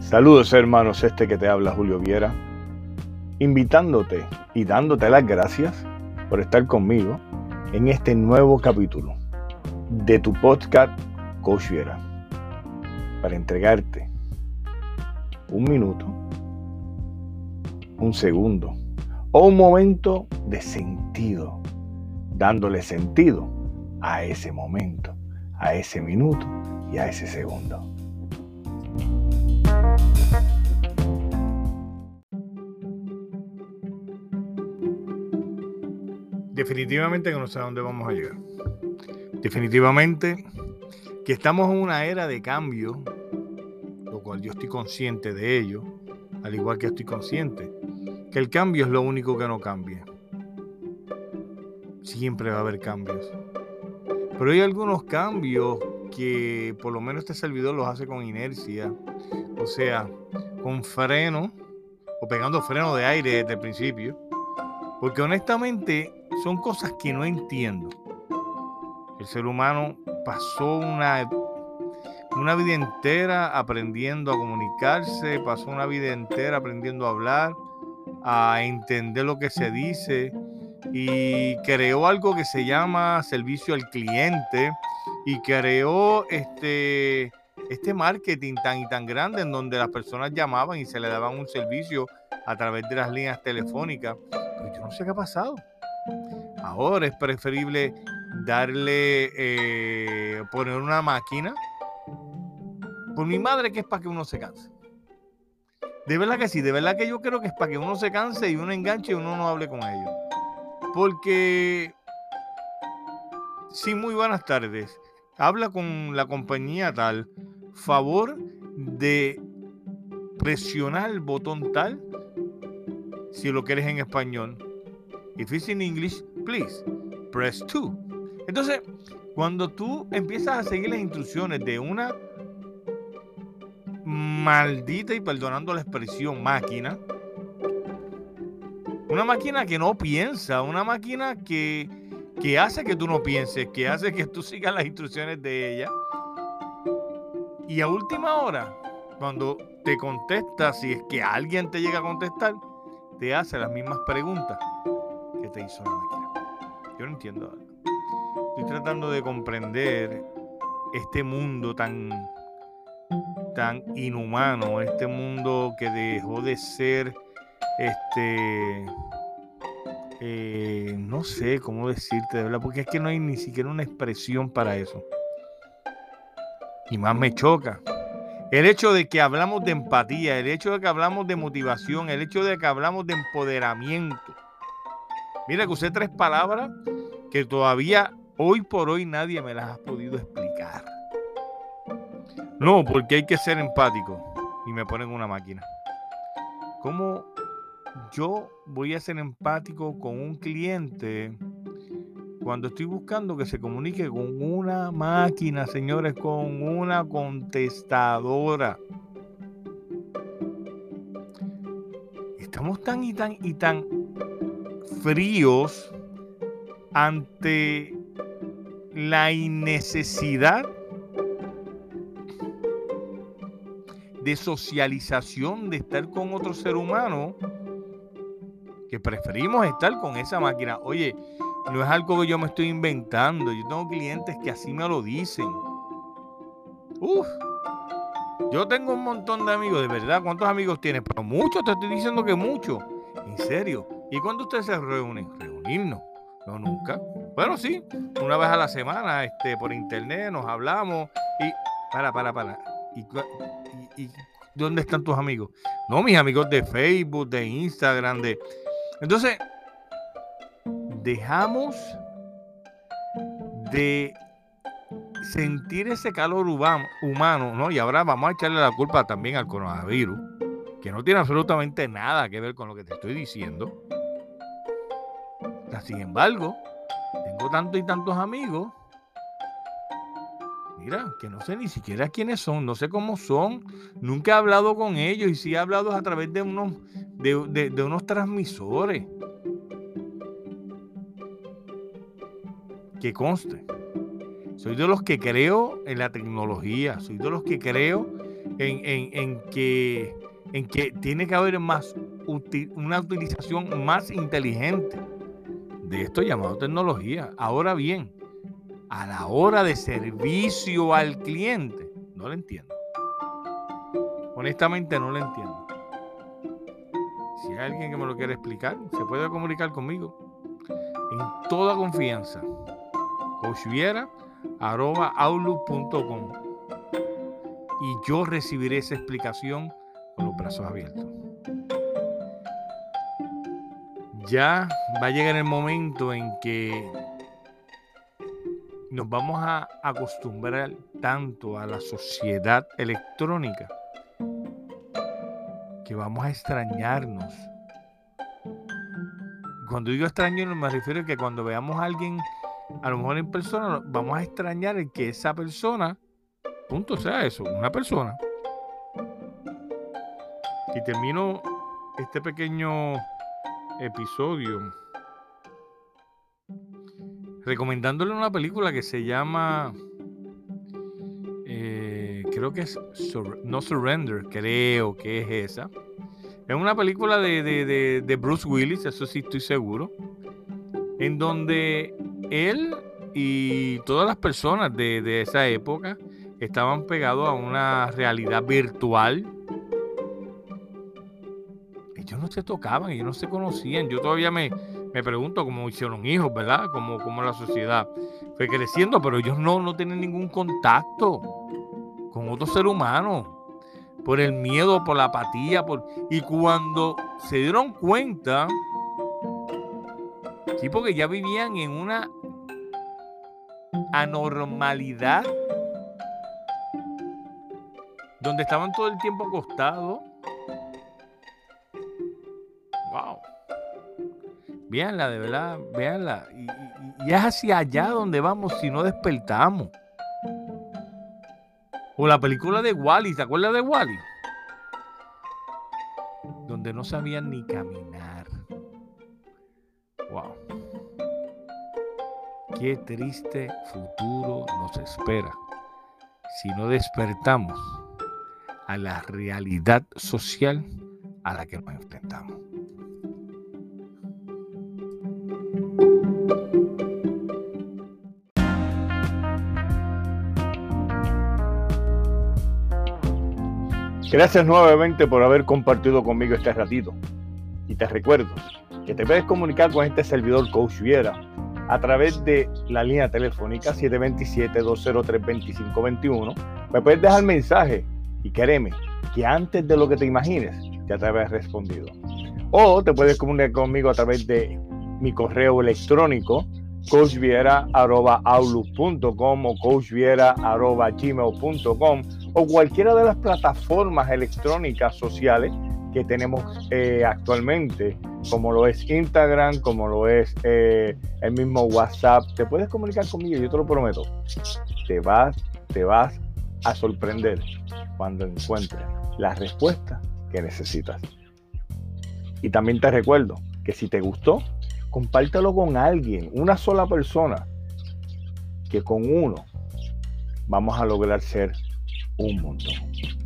Saludos hermanos, que te habla Julio Viera, invitándote y dándote las gracias por estar conmigo en este nuevo capítulo de tu podcast Coach Viera, para entregarte un minuto, un segundo o un momento de sentido, dándole sentido a ese momento, a ese minuto y a ese segundo. Definitivamente que no sé a dónde vamos a llegar. Definitivamente que estamos en una era de cambio, lo cual yo estoy consciente de ello, al igual que estoy consciente que el cambio es lo único que no cambia. Siempre va a haber cambios. Pero hay algunos cambios que por lo menos este servidor los hace con inercia, o sea, con freno o pegando freno de aire desde el principio, porque honestamente son cosas que no entiendo. El ser humano pasó una vida entera aprendiendo a comunicarse, pasó una vida entera aprendiendo a hablar, a entender lo que se dice, y creó algo que se llama servicio al cliente, y creó este marketing tan grande en donde las personas llamaban y se le daban un servicio a través de las líneas telefónicas. Pero yo no sé qué ha pasado. Ahora es preferible poner una máquina. Por mi madre que es para que uno se canse. De verdad que sí, de verdad que yo creo que es para que uno se canse y uno enganche y uno no hable con ellos. Porque, sí, muy buenas tardes. Habla con la compañía tal. Favor de presionar el botón tal si lo quieres en español. If it's in English, please press 2. Entonces, cuando tú empiezas a seguir las instrucciones de una maldita, y perdonando la expresión, máquina, una máquina que no piensa, una máquina que hace que tú no pienses, que hace que tú sigas las instrucciones de ella, y a última hora, cuando te contesta, si es que alguien te llega a contestar, te hace las mismas preguntas que te hizo la máquina. Yo no entiendo. Estoy tratando de comprender este mundo tan inhumano, este mundo que dejó de ser no sé cómo decirte de verdad, porque es que no hay ni siquiera una expresión para eso. Y más me choca el hecho de que hablamos de empatía, el hecho de que hablamos de motivación, el hecho de que hablamos de empoderamiento. Mira que usé 3 palabras que todavía hoy por hoy nadie me las ha podido explicar. No, porque hay que ser empático y me ponen una máquina. ¿Cómo yo voy a ser empático con un cliente cuando estoy buscando que se comunique con una máquina, señores, con una contestadora? Estamos tan fríos ante la innecesidad de socialización, de estar con otro ser humano, que preferimos estar con esa máquina. Oye, no es algo que yo me estoy inventando. Yo tengo clientes que así me lo dicen. Yo tengo un montón de amigos, de verdad. ¿Cuántos amigos tienes? Pero muchos, te estoy diciendo que muchos. En serio. ¿Y cuándo ustedes se reúnen? Reunirnos. No, nunca. Bueno, sí, una vez a la semana, por internet nos hablamos y para. ¿Y dónde están tus amigos? No, mis amigos de Facebook, de Instagram, Entonces, dejamos de sentir ese calor humano, ¿no? Y ahora vamos a echarle la culpa también al coronavirus, que no tiene absolutamente nada que ver con lo que te estoy diciendo. Sin embargo, tengo tantos y tantos amigos, mira, que no sé ni siquiera quiénes son, no sé cómo son, nunca he hablado con ellos, y sí he hablado a través de unos transmisores. Que conste, soy de los que creo en la tecnología, soy de los que creo en que tiene que haber una utilización más inteligente de esto llamado tecnología. Ahora bien, a la hora de servicio al cliente, no lo entiendo. Honestamente no lo entiendo. Si hay alguien que me lo quiere explicar, se puede comunicar conmigo en toda confianza. coachviera@outlook.com y yo recibiré esa explicación con los brazos abiertos. Ya va a llegar el momento en que nos vamos a acostumbrar tanto a la sociedad electrónica que vamos a extrañarnos. Cuando digo extrañarnos me refiero a que cuando veamos a alguien, a lo mejor en persona, vamos a extrañar el que esa persona, punto, sea eso, una persona. Y termino este pequeño episodio recomendándole una película que se llama creo que es No Surrender, creo que es esa. Es una película de Bruce Willis, eso sí estoy seguro, en donde él y todas las personas de esa época estaban pegados a una realidad virtual. Ellos no se tocaban, ellos no se conocían. Yo todavía me pregunto cómo hicieron hijos, ¿verdad? Cómo la sociedad fue creciendo, pero ellos no tienen ningún contacto con otro ser humano, por el miedo, por la apatía, y cuando se dieron cuenta, sí, porque ya vivían en una anormalidad donde estaban todo el tiempo acostados. Wow. Véanla, de verdad, véanla. Y es hacia allá donde vamos si no despertamos. O la película de Wall-E, ¿te acuerdas de Wall-E? Donde no sabían ni caminar. Wow. Qué triste futuro nos espera si no despertamos a la realidad social a la que nos enfrentamos. Gracias nuevamente por haber compartido conmigo este ratito. Y te recuerdo que te puedes comunicar con este servidor Coach Viera a través de la línea telefónica 727-203-2521. Me puedes dejar mensaje y créeme que antes de lo que te imagines ya te habré respondido. O te puedes comunicar conmigo a través de mi correo electrónico coachviera@outlook.com o coachviera@gmail.com o cualquiera de las plataformas electrónicas sociales que tenemos actualmente, como lo es Instagram, como lo es el mismo WhatsApp. Te puedes comunicar conmigo, yo te lo prometo. Te vas a sorprender cuando encuentres la respuesta que necesitas. Y también te recuerdo que si te gustó, compártelo con alguien, una sola persona, que con uno vamos a lograr ser un montón.